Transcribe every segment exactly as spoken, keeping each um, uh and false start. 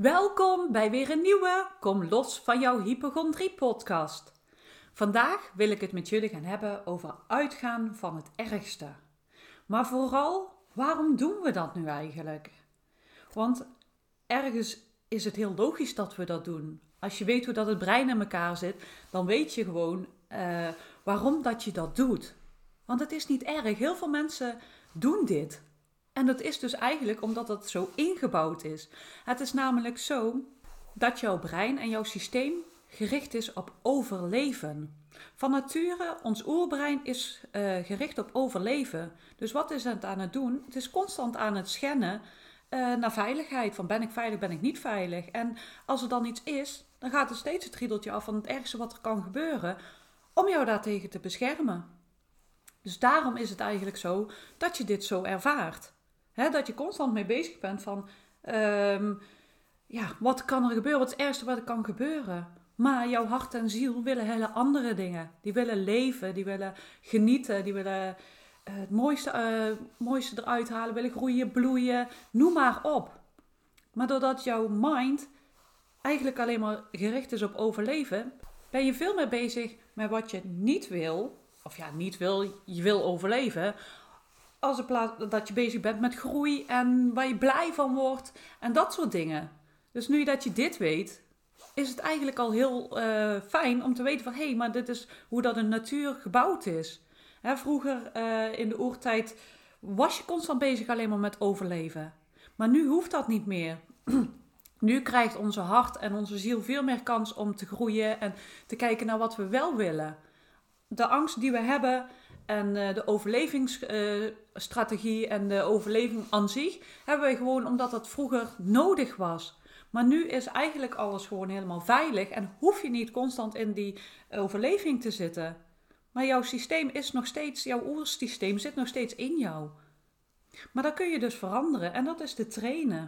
Welkom bij weer een nieuwe Kom los van jouw hypochondrie podcast. Vandaag wil ik het met jullie gaan hebben over uitgaan van het ergste. Maar vooral, waarom doen we dat nu eigenlijk? Want ergens is het heel logisch dat we dat doen. Als je weet hoe dat het brein in elkaar zit, dan weet je gewoon uh, waarom dat je dat doet. Want het is niet erg. Heel veel mensen doen dit. En dat is dus eigenlijk omdat het zo ingebouwd is. Het is namelijk zo dat jouw brein en jouw systeem gericht is op overleven. Van nature, ons oerbrein is uh, gericht op overleven. Dus wat is het aan het doen? Het is constant aan het scannen uh, naar veiligheid. Van ben ik veilig, ben ik niet veilig? En als er dan iets is, dan gaat er steeds het riedeltje af van het ergste wat er kan gebeuren, om jou daartegen te beschermen. Dus daarom is het eigenlijk zo dat je dit zo ervaart. He, dat je constant mee bezig bent van, um, ja, wat kan er gebeuren? Wat is het ergste wat er kan gebeuren? Maar jouw hart en ziel willen hele andere dingen. Die willen leven, die willen genieten, die willen uh, het mooiste, uh, mooiste eruit halen, willen groeien, bloeien, noem maar op. Maar doordat jouw mind eigenlijk alleen maar gericht is op overleven, ben je veel meer bezig met wat je niet wil. Of ja, niet wil, je wil overleven. Als in plaats dat je bezig bent met groei en waar je blij van wordt en dat soort dingen. Dus nu dat je dit weet, is het eigenlijk al heel uh, fijn om te weten van hé, hey, maar dit is hoe dat in de natuur gebouwd is. Hè, vroeger uh, in de oertijd was je constant bezig alleen maar met overleven. Maar nu hoeft dat niet meer. Nu krijgt onze hart en onze ziel veel meer kans om te groeien en te kijken naar wat we wel willen. De angst die we hebben en uh, de overlevingsstrategie uh, en de overleving aan zich hebben wij gewoon omdat dat vroeger nodig was. Maar nu is eigenlijk alles gewoon helemaal veilig en hoef je niet constant in die overleving te zitten. Maar jouw systeem is nog steeds, jouw oersysteem zit nog steeds in jou. Maar dat kun je dus veranderen en dat is te trainen.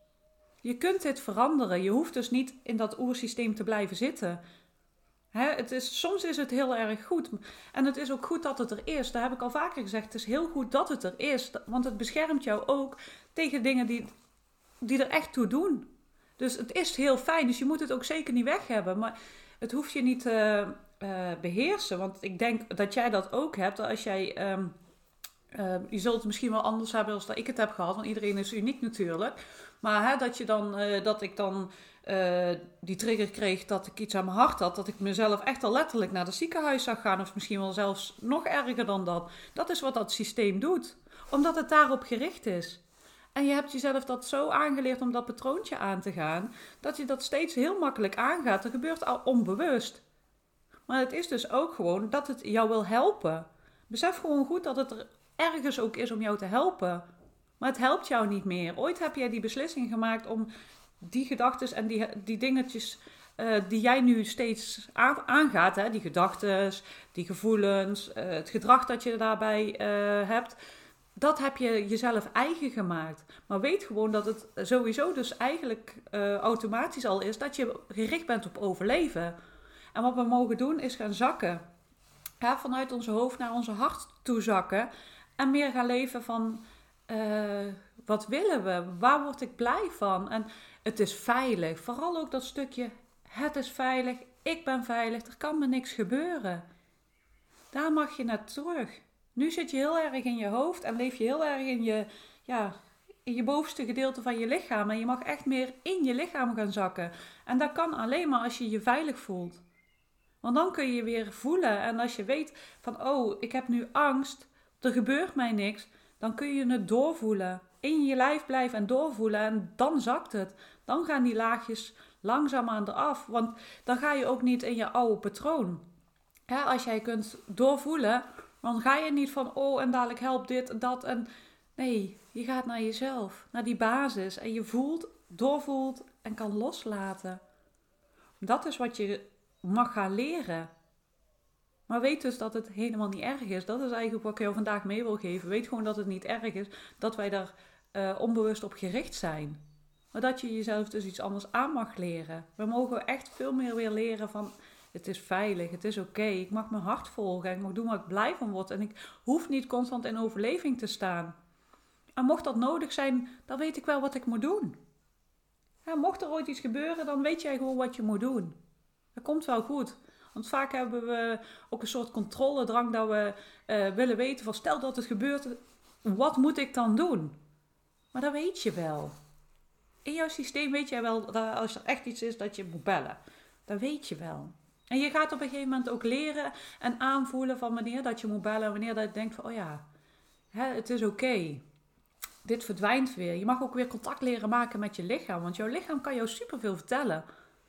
Je kunt dit veranderen. Je hoeft dus niet in dat oersysteem te blijven zitten. He, het is, soms is het heel erg goed. En het is ook goed dat het er is. Dat heb ik al vaker gezegd. Het is heel goed dat het er is. Want het beschermt jou ook tegen dingen die, die er echt toe doen. Dus het is heel fijn. Dus je moet het ook zeker niet weg hebben. Maar het hoeft je niet te uh, uh, beheersen. Want ik denk dat jij dat ook hebt. Als jij... Um, uh, je zult het misschien wel anders hebben als dat ik het heb gehad. Want iedereen is uniek natuurlijk. Maar hè, dat, je dan, uh, dat ik dan... Uh, die trigger kreeg dat ik iets aan mijn hart had, dat ik mezelf echt al letterlijk naar het ziekenhuis zag gaan, of misschien wel zelfs nog erger dan dat. Dat is wat dat systeem doet, omdat het daarop gericht is. En je hebt jezelf dat zo aangeleerd om dat patroontje aan te gaan, dat je dat steeds heel makkelijk aangaat. Dat gebeurt al onbewust. Maar het is dus ook gewoon dat het jou wil helpen. Besef gewoon goed dat het er ergens ook is om jou te helpen. Maar het helpt jou niet meer. Ooit heb jij die beslissing gemaakt om die gedachten en die, die dingetjes uh, die jij nu steeds aangaat, hè, die gedachten, die gevoelens, uh, het gedrag dat je daarbij uh, hebt, dat heb je jezelf eigen gemaakt. Maar weet gewoon dat het sowieso dus eigenlijk uh, automatisch al is dat je gericht bent op overleven. En wat we mogen doen is gaan zakken. Ja, vanuit onze hoofd naar onze hart toe zakken en meer gaan leven van uh, wat willen we? Waar word ik blij van? En het is veilig. Vooral ook dat stukje, het is veilig, ik ben veilig, er kan me niks gebeuren. Daar mag je naar terug. Nu zit je heel erg in je hoofd en leef je heel erg in je, ja, in je bovenste gedeelte van je lichaam. En je mag echt meer in je lichaam gaan zakken. En dat kan alleen maar als je je veilig voelt. Want dan kun je weer voelen. En als je weet van, oh, ik heb nu angst, er gebeurt mij niks, dan kun je het doorvoelen. In je lijf blijven en doorvoelen en dan zakt het. Dan gaan die laagjes langzaamaan eraf. Want dan ga je ook niet in je oude patroon. Ja, als jij kunt doorvoelen, dan ga je niet van oh en dadelijk helpt dit en dat. En nee, je gaat naar jezelf, naar die basis. En je voelt, doorvoelt en kan loslaten. Dat is wat je mag gaan leren. Maar weet dus dat het helemaal niet erg is. Dat is eigenlijk wat ik jou vandaag mee wil geven. Weet gewoon dat het niet erg is. Dat wij daar uh, onbewust op gericht zijn. Maar dat je jezelf dus iets anders aan mag leren. We mogen echt veel meer weer leren van het is veilig, het is oké. Okay, ik mag mijn hart volgen. Ik mag doen waar ik blij van word. En ik hoef niet constant in overleving te staan. En mocht dat nodig zijn, dan weet ik wel wat ik moet doen. Ja, mocht er ooit iets gebeuren, dan weet jij gewoon wat je moet doen. Dat komt wel goed. Want vaak hebben we ook een soort controledrang dat we uh, willen weten van stel dat het gebeurt, wat moet ik dan doen? Maar dat weet je wel. In jouw systeem weet jij wel dat als er echt iets is dat je moet bellen. Dat weet je wel. En je gaat op een gegeven moment ook leren en aanvoelen van wanneer dat je moet bellen. Wanneer dat je denkt van oh ja, hè, het is oké. Okay. Dit verdwijnt weer. Je mag ook weer contact leren maken met je lichaam. Want jouw lichaam kan jou superveel vertellen.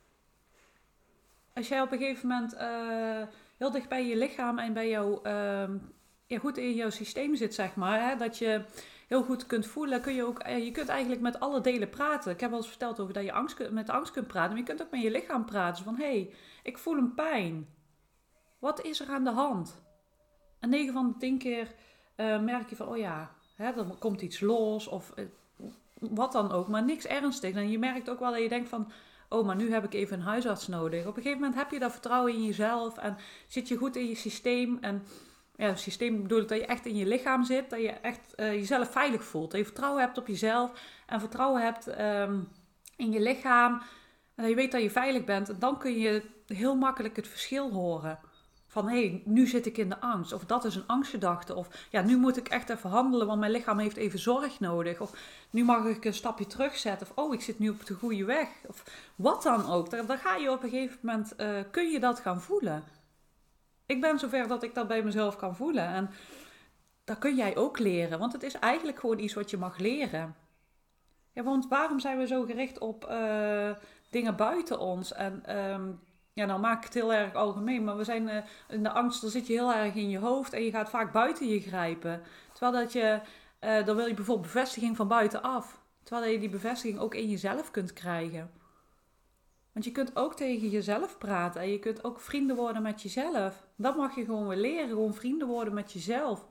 Als jij op een gegeven moment uh, heel dicht bij je lichaam en bij jou, uh, ja, goed in jouw systeem zit, zeg maar. Hè, dat je heel goed kunt voelen. Kun je, ook, uh, je kunt eigenlijk met alle delen praten. Ik heb wel eens verteld over dat je angst, met angst kunt praten. Maar je kunt ook met je lichaam praten. Van hé, hey, ik voel een pijn. Wat is er aan de hand? En negen van de tien keer uh, merk je van oh ja, hè, er komt iets los of uh, wat dan ook. Maar niks ernstigs. En je merkt ook wel dat je denkt van oh, maar nu heb ik even een huisarts nodig. Op een gegeven moment heb je dat vertrouwen in jezelf en zit je goed in je systeem. En ja, het systeem bedoel ik dat je echt in je lichaam zit, dat je echt uh, jezelf veilig voelt. Dat je vertrouwen hebt op jezelf en vertrouwen hebt um, in je lichaam. En dat je weet dat je veilig bent. En dan kun je heel makkelijk het verschil horen. Van hé, hey, nu zit ik in de angst. Of dat is een angstgedachte. Of ja, nu moet ik echt even handelen, want mijn lichaam heeft even zorg nodig. Of nu mag ik een stapje terugzetten. Of oh, ik zit nu op de goede weg. Of wat dan ook. Dan, dan ga je op een gegeven moment, uh, kun je dat gaan voelen. Ik ben zover dat ik dat bij mezelf kan voelen. En dat kun jij ook leren. Want het is eigenlijk gewoon iets wat je mag leren. Ja, want waarom zijn we zo gericht op uh, dingen buiten ons? En um, ja, nou maak ik het heel erg algemeen. Maar we zijn uh, in de angst, dan zit je heel erg in je hoofd. En je gaat vaak buiten je grijpen. Terwijl dat je, uh, dan wil je bijvoorbeeld bevestiging van buitenaf. Terwijl je die bevestiging ook in jezelf kunt krijgen. Want je kunt ook tegen jezelf praten. En je kunt ook vrienden worden met jezelf. Dat mag je gewoon weer leren. Gewoon vrienden worden met jezelf.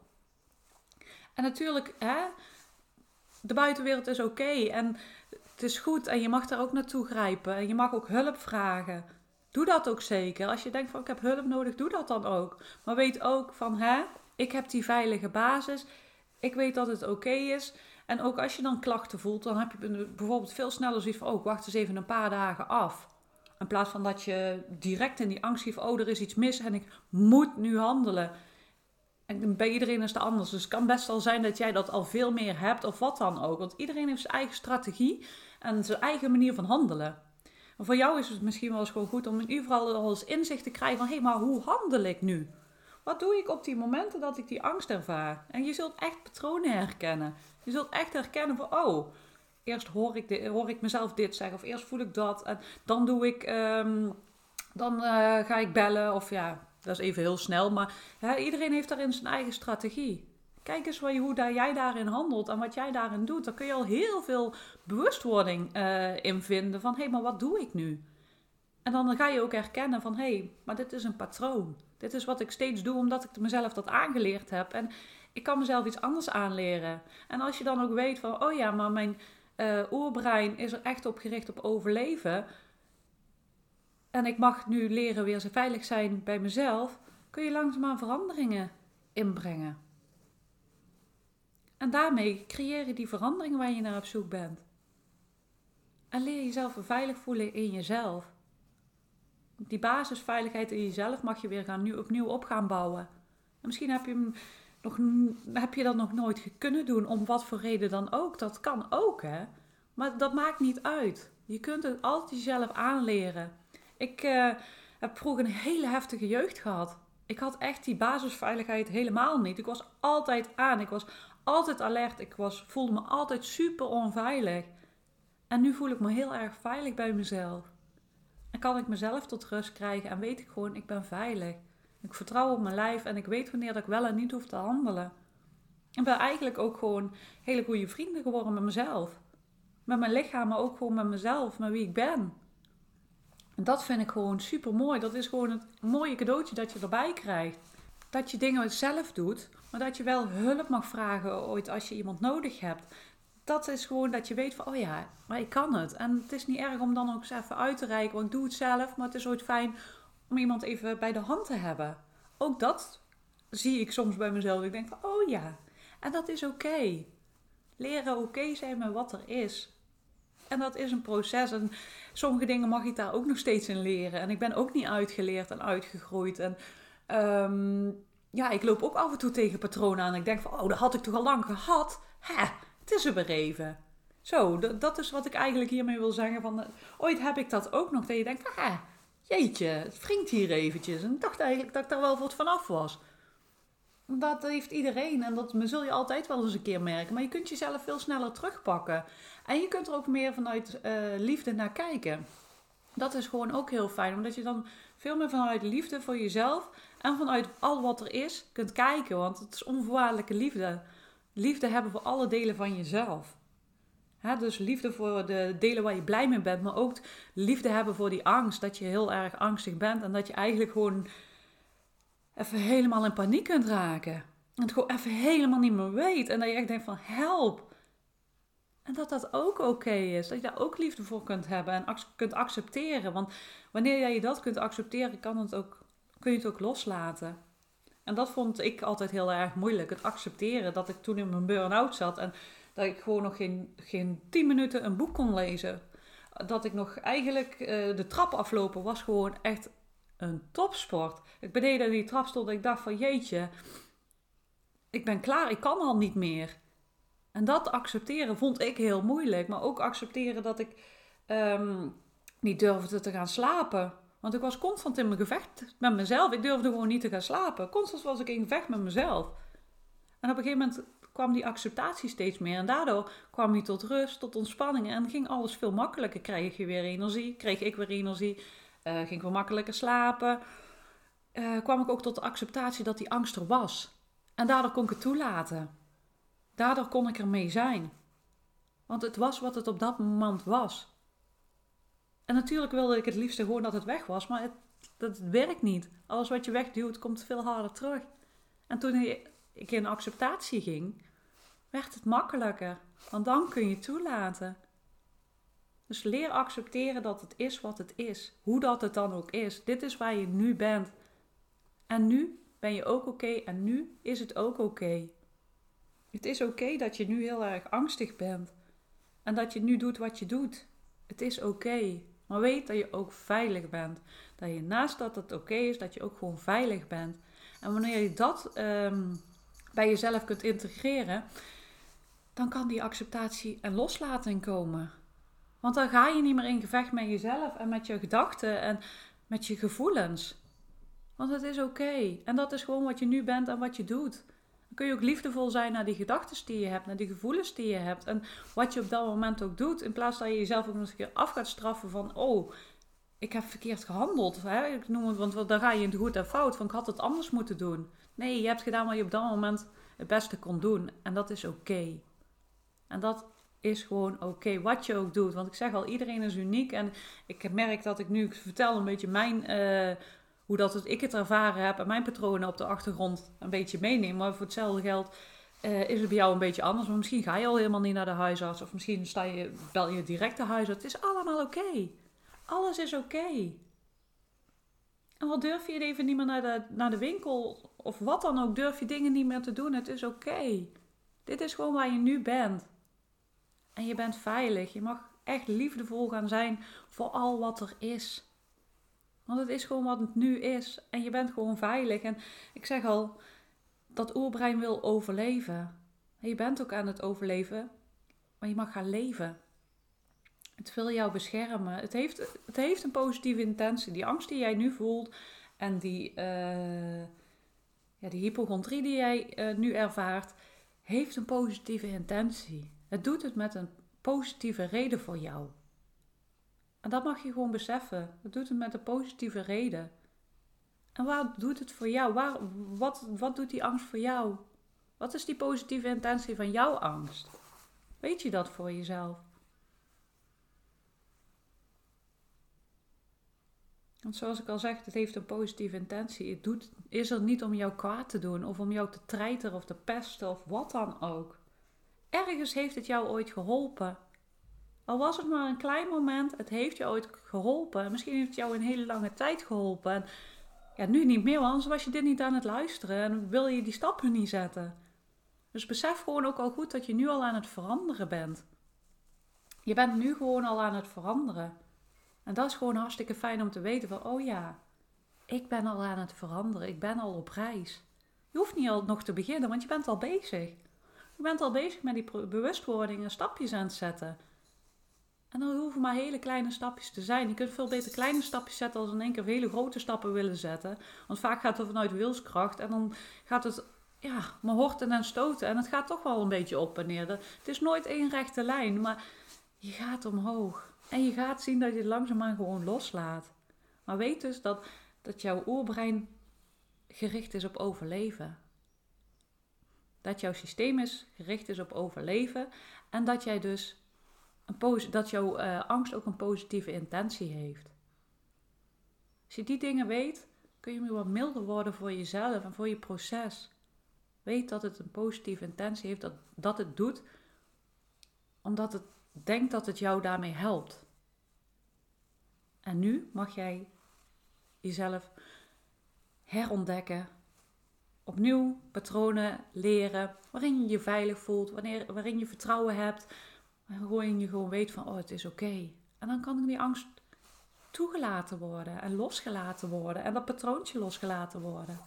En natuurlijk, hè, de buitenwereld is oké. Okay en het is goed. En je mag daar ook naartoe grijpen. En je mag ook hulp vragen. Doe dat ook zeker. Als je denkt van ik heb hulp nodig, doe dat dan ook. Maar weet ook van hè, ik heb die veilige basis. Ik weet dat het oké okay is. En ook als je dan klachten voelt, dan heb je bijvoorbeeld veel sneller zoiets van oh, ik wacht eens even een paar dagen af. In plaats van dat je direct in die angst geeft, oh, er is iets mis en ik moet nu handelen. En bij iedereen is het anders. Dus het kan best wel zijn dat jij dat al veel meer hebt of wat dan ook. Want iedereen heeft zijn eigen strategie en zijn eigen manier van handelen. En voor jou is het misschien wel eens gewoon goed om in ieder geval al eens inzicht te krijgen van hé, hey, maar hoe handel ik nu? Wat doe ik op die momenten dat ik die angst ervaar? En je zult echt patronen herkennen. Je zult echt herkennen van oh, eerst hoor ik, dit, hoor ik mezelf dit zeggen of eerst voel ik dat. En dan doe ik, um, dan uh, ga ik bellen of ja, dat is even heel snel. Maar hè, iedereen heeft daarin zijn eigen strategie. Kijk eens hoe, hoe daar, jij daarin handelt en wat jij daarin doet. Dan kun je al heel veel bewustwording uh, in vinden van hé, hey, maar wat doe ik nu? En dan ga je ook herkennen van hé, hey, maar dit is een patroon. Dit is wat ik steeds doe omdat ik mezelf dat aangeleerd heb. En ik kan mezelf iets anders aanleren. En als je dan ook weet van oh ja, maar mijn uh, oerbrein is er echt op gericht op overleven. En ik mag nu leren weer zo veilig zijn bij mezelf. Kun je langzaamaan veranderingen inbrengen. En daarmee creëer je die veranderingen waar je naar op zoek bent. En leer jezelf veilig voelen in jezelf. Die basisveiligheid in jezelf mag je weer gaan, nu opnieuw op gaan bouwen. En misschien heb je, hem nog, heb je dat nog nooit kunnen doen, om wat voor reden dan ook. Dat kan ook, hè. Maar dat maakt niet uit. Je kunt het altijd jezelf aanleren. Ik uh, heb vroeger een hele heftige jeugd gehad. Ik had echt die basisveiligheid helemaal niet. Ik was altijd aan. Ik was altijd alert. Ik was, voelde me altijd super onveilig. En nu voel ik me heel erg veilig bij mezelf. En kan ik mezelf tot rust krijgen en weet ik gewoon, ik ben veilig. Ik vertrouw op mijn lijf en ik weet wanneer dat ik wel en niet hoef te handelen. Ik ben eigenlijk ook gewoon hele goede vrienden geworden met mezelf. Met mijn lichaam, maar ook gewoon met mezelf, met wie ik ben. En dat vind ik gewoon super mooi. Dat is gewoon het mooie cadeautje dat je erbij krijgt. Dat je dingen zelf doet, maar dat je wel hulp mag vragen ooit als je iemand nodig hebt. Dat is gewoon dat je weet van, oh ja, maar ik kan het. En het is niet erg om dan ook eens even uit te reiken, want ik doe het zelf. Maar het is ooit fijn om iemand even bij de hand te hebben. Ook dat zie ik soms bij mezelf. Ik denk van, oh ja, en dat is oké. Okay. Leren oké okay zijn met wat er is. En dat is een proces. En sommige dingen mag ik daar ook nog steeds in leren. En ik ben ook niet uitgeleerd en uitgegroeid. En um, ja, ik loop ook af en toe tegen patronen aan. En ik denk van, oh, dat had ik toch al lang gehad? Hè, het is er weer even. Zo, d- dat is wat ik eigenlijk hiermee wil zeggen. Van, uh, ooit heb ik dat ook nog. Dat je denkt, ah, jeetje, het wringt hier eventjes. En ik dacht eigenlijk dat ik daar wel wat vanaf was. Dat heeft iedereen en dat zul je altijd wel eens een keer merken. Maar je kunt jezelf veel sneller terugpakken. En je kunt er ook meer vanuit uh, liefde naar kijken. Dat is gewoon ook heel fijn. Omdat je dan veel meer vanuit liefde voor jezelf en vanuit al wat er is kunt kijken. Want het is onvoorwaardelijke liefde. Liefde hebben voor alle delen van jezelf. He, dus liefde voor de delen waar je blij mee bent. Maar ook liefde hebben voor die angst. Dat je heel erg angstig bent. En dat je eigenlijk gewoon even helemaal in paniek kunt raken. En het gewoon even helemaal niet meer weet. En dat je echt denkt van help. En dat dat ook oké is. Dat je daar ook liefde voor kunt hebben. En ac- kunt accepteren. Want wanneer jij je dat kunt accepteren, kan het ook, kun je het ook loslaten. En dat vond ik altijd heel erg moeilijk. Het accepteren dat ik toen in mijn burn-out zat. En dat ik gewoon nog geen, geen tien minuten een boek kon lezen. Dat ik nog eigenlijk uh, de trap aflopen was gewoon echt een topsport. Ik beneden aan die trap stond en ik dacht van jeetje, ik ben klaar, ik kan al niet meer. En dat accepteren vond ik heel moeilijk. Maar ook accepteren dat ik um, niet durfde te gaan slapen. Want ik was constant in mijn gevecht met mezelf. Ik durfde gewoon niet te gaan slapen. Constant was ik in gevecht met mezelf. En op een gegeven moment kwam die acceptatie steeds meer. En daardoor kwam je tot rust, tot ontspanning. En ging alles veel makkelijker. Kreeg je weer energie, kreeg ik weer energie. Uh, ging ik weer makkelijker slapen. Uh, kwam ik ook tot de acceptatie dat die angst er was. En daardoor kon ik het toelaten. Daardoor kon ik ermee zijn. Want het was wat het op dat moment was. En natuurlijk wilde ik het liefste gewoon dat het weg was. Maar het, dat werkt niet. Alles wat je wegduwt komt veel harder terug. En toen ik in acceptatie ging, werd het makkelijker. Want dan kun je het toelaten. Dus leer accepteren dat het is wat het is. Hoe dat het dan ook is. Dit is waar je nu bent. En nu ben je ook oké. Okay, en nu is het ook oké. Okay. Het is oké okay dat je nu heel erg angstig bent. En dat je nu doet wat je doet. Het is oké. Okay. Maar weet dat je ook veilig bent. Dat je naast dat het oké okay is, dat je ook gewoon veilig bent. En wanneer je dat um, bij jezelf kunt integreren, dan kan die acceptatie en loslating komen. Want dan ga je niet meer in gevecht met jezelf en met je gedachten en met je gevoelens. Want het is oké. Okay. En dat is gewoon wat je nu bent en wat je doet. Dan kun je ook liefdevol zijn naar die gedachten die je hebt, naar die gevoelens die je hebt. En wat je op dat moment ook doet. In plaats dat je jezelf ook nog eens een keer af gaat straffen van, oh, ik heb verkeerd gehandeld. Hè? Ik noem het, want dan ga je in de goed en fout van, ik had het anders moeten doen. Nee, je hebt gedaan wat je op dat moment het beste kon doen. En dat is oké. Okay. En dat is gewoon oké, okay, wat je ook doet. Want ik zeg al, iedereen is uniek. En ik merk dat ik nu, ik vertel een beetje mijn, uh, hoe dat het, ik het ervaren heb. En mijn patronen op de achtergrond een beetje meeneem. Maar voor hetzelfde geld uh, is het bij jou een beetje anders. Maar misschien ga je al helemaal niet naar de huisarts. Of misschien sta je, bel je direct de huisarts. Het is allemaal oké. Okay. Alles is oké. Okay. En wat durf je even niet meer naar de, naar de winkel. Of wat dan ook, durf je dingen niet meer te doen. Het is oké. Okay. Dit is gewoon waar je nu bent. En je bent veilig. Je mag echt liefdevol gaan zijn voor al wat er is. Want het is gewoon wat het nu is. En je bent gewoon veilig. En ik zeg al, dat oerbrein wil overleven. En je bent ook aan het overleven. Maar je mag gaan leven. Het wil jou beschermen. Het heeft, het heeft een positieve intentie. Die angst die jij nu voelt. En die, uh, ja, die hypochondrie die jij uh, nu ervaart. Heeft een positieve intentie. Het doet het met een positieve reden voor jou. En dat mag je gewoon beseffen. Het doet het met een positieve reden. En wat doet het voor jou? Waar, wat, wat doet die angst voor jou? Wat is die positieve intentie van jouw angst? Weet je dat voor jezelf? Want zoals ik al zeg, het heeft een positieve intentie. Het doet, is er niet om jou kwaad te doen. Of om jou te treiteren of te pesten of wat dan ook. Ergens heeft het jou ooit geholpen. Al was het maar een klein moment, het heeft jou ooit geholpen. Misschien heeft het jou een hele lange tijd geholpen. En ja, nu niet meer, want anders was je dit niet aan het luisteren. En wil je die stappen niet zetten. Dus besef gewoon ook al goed dat je nu al aan het veranderen bent. Je bent nu gewoon al aan het veranderen. En dat is gewoon hartstikke fijn om te weten van, oh ja, ik ben al aan het veranderen. Ik ben al op reis. Je hoeft niet al nog te beginnen, want je bent al bezig. Je bent al bezig met die bewustwording en stapjes aan het zetten. En dan hoeven maar hele kleine stapjes te zijn. Je kunt veel beter kleine stapjes zetten als in één keer hele grote stappen willen zetten. Want vaak gaat het vanuit wilskracht en dan gaat het ja, maar horten en stoten. En het gaat toch wel een beetje op en neer. Het is nooit één rechte lijn, maar je gaat omhoog. En je gaat zien dat je het langzaamaan gewoon loslaat. Maar weet dus dat, dat jouw oerbrein gericht is op overleven. Dat jouw systeem is gericht is op overleven. En dat jij dus een pos- dat jouw uh, angst ook een positieve intentie heeft. Als je die dingen weet, kun je weer wat milder worden voor jezelf en voor je proces. Weet dat het een positieve intentie heeft, dat, dat het doet, omdat het denkt dat het jou daarmee helpt. En nu mag jij jezelf herontdekken, opnieuw patronen leren, waarin je je veilig voelt, wanneer, waarin je vertrouwen hebt, waarin je gewoon weet van, oh, het is oké. Okay. En dan kan die angst toegelaten worden en losgelaten worden en dat patroontje losgelaten worden.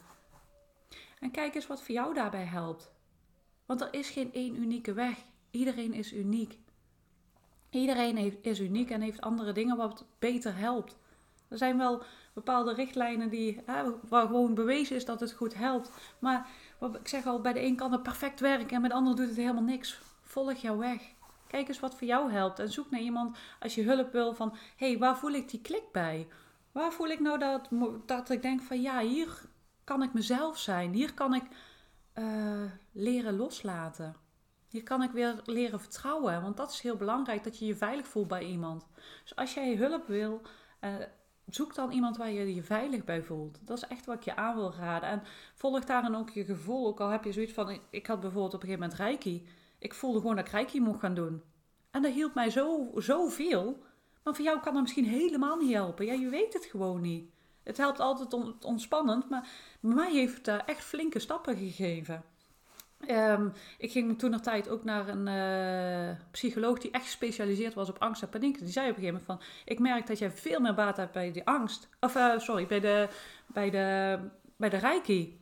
En kijk eens wat voor jou daarbij helpt. Want er is geen één unieke weg. Iedereen is uniek. Iedereen heeft, is uniek en heeft andere dingen wat beter helpt. Er zijn wel bepaalde richtlijnen die, hè, waar gewoon bewezen is dat het goed helpt. Maar wat ik zeg al, bij de een kan het perfect werken en bij de ander doet het helemaal niks. Volg jouw weg. Kijk eens wat voor jou helpt en zoek naar iemand als je hulp wil van, hé, hey, waar voel ik die klik bij? Waar voel ik nou dat, dat ik denk van, ja, hier kan ik mezelf zijn. Hier kan ik uh, leren loslaten. Hier kan ik weer leren vertrouwen. Want dat is heel belangrijk, dat je je veilig voelt bij iemand. Dus als jij hulp wil, uh, zoek dan iemand waar je je veilig bij voelt. Dat is echt wat ik je aan wil raden. En volg daarin ook je gevoel. Ook al heb je zoiets van, ik had bijvoorbeeld op een gegeven moment reiki. Ik voelde gewoon dat ik reiki mocht gaan doen. En dat hielp mij zo, zoveel. Maar voor jou kan dat misschien helemaal niet helpen. Ja, je weet het gewoon niet. Het helpt altijd on, ontspannend, maar mij heeft het uh, echt flinke stappen gegeven. Um, ik ging toen nog tijd ook naar een uh, psycholoog die echt gespecialiseerd was op angst en paniek. Die zei op een gegeven moment van, ik merk dat jij veel meer baat hebt bij die angst. Of uh, sorry, bij de, bij, de, bij de reiki.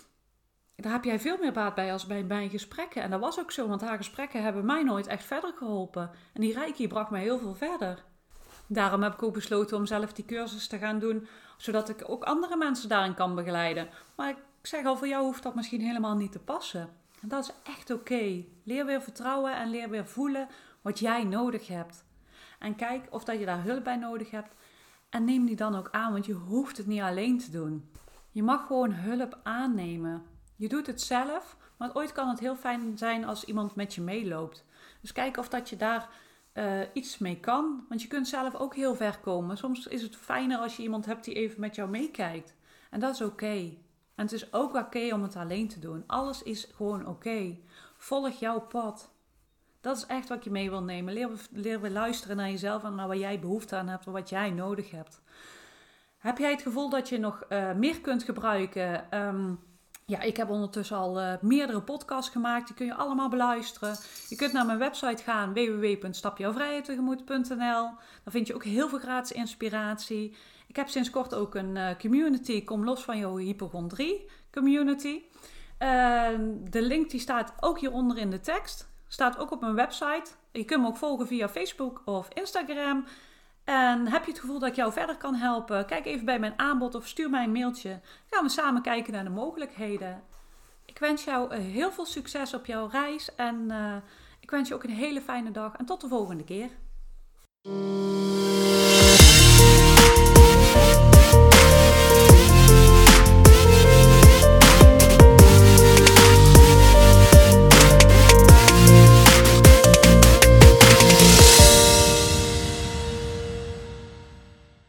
Daar heb jij veel meer baat bij als bij mijn gesprekken. En dat was ook zo, want haar gesprekken hebben mij nooit echt verder geholpen. En die reiki bracht mij heel veel verder. Daarom heb ik ook besloten om zelf die cursus te gaan doen, zodat ik ook andere mensen daarin kan begeleiden. Maar ik zeg al, voor jou hoeft dat misschien helemaal niet te passen. En dat is echt oké. Okay. Leer weer vertrouwen en leer weer voelen wat jij nodig hebt. En kijk of dat je daar hulp bij nodig hebt. En neem die dan ook aan, want je hoeft het niet alleen te doen. Je mag gewoon hulp aannemen. Je doet het zelf, maar ooit kan het heel fijn zijn als iemand met je meeloopt. Dus kijk of dat je daar uh, iets mee kan. Want je kunt zelf ook heel ver komen. Soms is het fijner als je iemand hebt die even met jou meekijkt. En dat is oké. Okay. En het is ook oké okay om het alleen te doen. Alles is gewoon oké. Okay. Volg jouw pad. Dat is echt wat ik je mee wil nemen. Leer, leer weer luisteren naar jezelf en naar waar jij behoefte aan hebt. Wat jij nodig hebt. Heb jij het gevoel dat je nog uh, meer kunt gebruiken? Um, ja, ik heb ondertussen al uh, meerdere podcasts gemaakt. Die kun je allemaal beluisteren. Je kunt naar mijn website gaan. w w w punt stap jouw vrijheid tegemoet punt n l. Daar vind je ook heel veel gratis inspiratie. Ik heb sinds kort ook een uh, community. Kom los van jouw hypochondrie community. Uh, de link die staat ook hieronder in de tekst. Staat ook op mijn website. Je kunt me ook volgen via Facebook of Instagram. En heb je het gevoel dat ik jou verder kan helpen? Kijk even bij mijn aanbod of stuur mij een mailtje. Dan gaan we samen kijken naar de mogelijkheden. Ik wens jou heel veel succes op jouw reis. En uh, ik wens je ook een hele fijne dag. En tot de volgende keer.